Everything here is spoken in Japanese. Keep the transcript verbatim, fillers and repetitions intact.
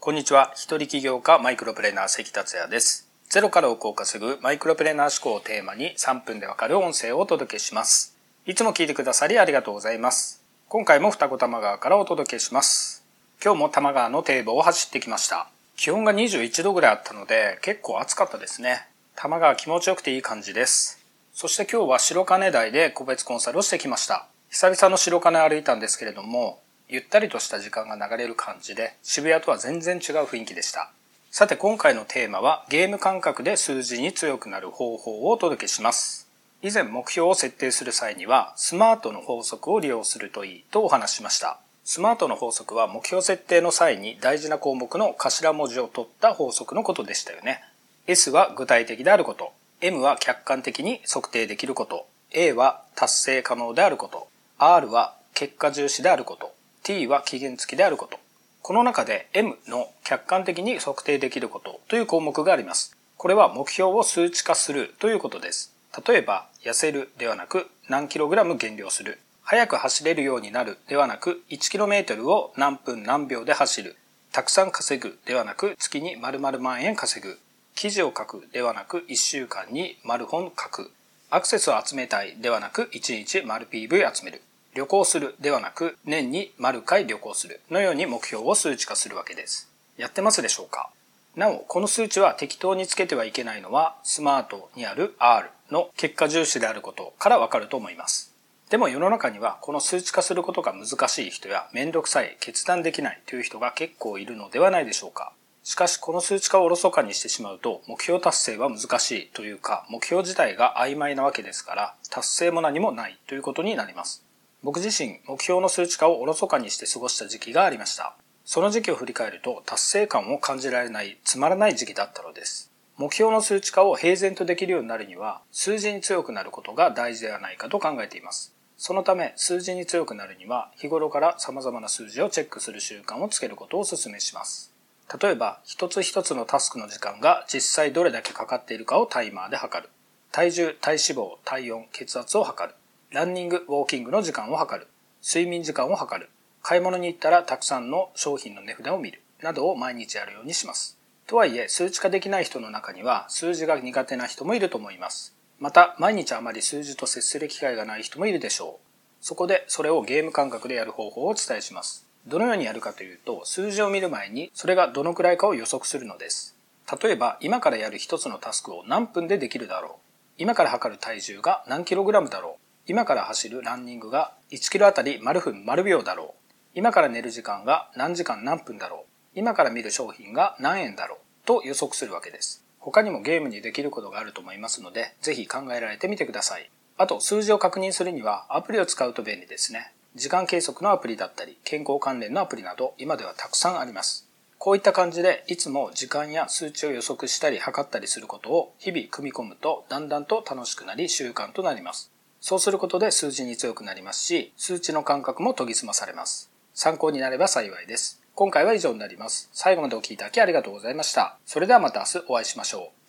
こんにちは。一人起業家マイクロプレーナー関達也です。ゼロから億を稼ぐマイクロプレーナー思考をテーマにさんぷんでわかる音声をお届けします。いつも聞いてくださりありがとうございます。今回も二子玉川からお届けします。今日も多摩川の堤防を走ってきました。気温がにじゅういちどぐらいあったので結構暑かったですね。多摩川気持ちよくていい感じです。そして今日は白金台で個別コンサルをしてきました。久々の白金歩いたんですけれども、ゆったりとした時間が流れる感じで渋谷とは全然違う雰囲気でした。さて今回のテーマはゲーム感覚で数字に強くなる方法をお届けします。以前目標を設定する際にはスマートの法則を利用するといいとお話ししました。スマートの法則は目標設定の際に大事な項目の頭文字を取った法則のことでしたよね。S は具体的であること、M は客観的に測定できること、A は達成可能であること、R は結果重視であること、T は期限付きであること。この中で M の客観的に測定できることという項目があります。これは目標を数値化するということです。例えば、痩せるではなく何キログラム減量する。速く走れるようになるではなく いちキロメートル を何分何秒で走る。たくさん稼ぐではなく月に〇〇万円稼ぐ。記事を書くではなくいっしゅうかんに〇本書く。アクセスを集めたいではなくいちにち〇 ピーブイ 集める。旅行するではなく年に〇回旅行するのように目標を数値化するわけです。やってますでしょうか？なお、この数値は適当につけてはいけないのはスマートにある R の結果重視であることからわかると思います。でも世の中にはこの数値化することが難しい人やめんどくさい、決断できないという人が結構いるのではないでしょうか。しかしこの数値化をおろそかにしてしまうと目標達成は難しいというか目標自体が曖昧なわけですから達成も何もないということになります。僕自身目標の数値化をおろそかにして過ごした時期がありました。その時期を振り返ると達成感を感じられないつまらない時期だったのです。目標の数値化を平然とできるようになるには数字に強くなることが大事ではないかと考えています。そのため数字に強くなるには日頃から様々な数字をチェックする習慣をつけることをお勧めします。例えば一つ一つのタスクの時間が実際どれだけかかっているかをタイマーで測る。体重、体脂肪、体温、血圧を測る。ランニング、ウォーキングの時間を測る。睡眠時間を測る。買い物に行ったらたくさんの商品の値札を見る。などを毎日やるようにします。とはいえ、数値化できない人の中には数字が苦手な人もいると思います。また、毎日あまり数字と接する機会がない人もいるでしょう。そこで、それをゲーム感覚でやる方法をお伝えします。どのようにやるかというと、数字を見る前にそれがどのくらいかを予測するのです。例えば、今からやる一つのタスクを何分でできるだろう。今から測る体重が何キログラムだろう。今から走るランニングがいちキロあたり〇分〇秒だろう。今から寝る時間が何時間何分だろう。今から見る商品が何円だろうと予測するわけです。他にもゲームにできることがあると思いますので、ぜひ考えられてみてください。あと、数字を確認するにはアプリを使うと便利ですね。時間計測のアプリだったり、健康関連のアプリなど今ではたくさんあります。こういった感じでいつも時間や数値を予測したり測ったりすることを日々組み込むとだんだんと楽しくなり習慣となります。そうすることで数字に強くなりますし、数値の感覚も研ぎ澄まされます。参考になれば幸いです。今回は以上になります。最後までお聞きいただきありがとうございました。それではまた明日お会いしましょう。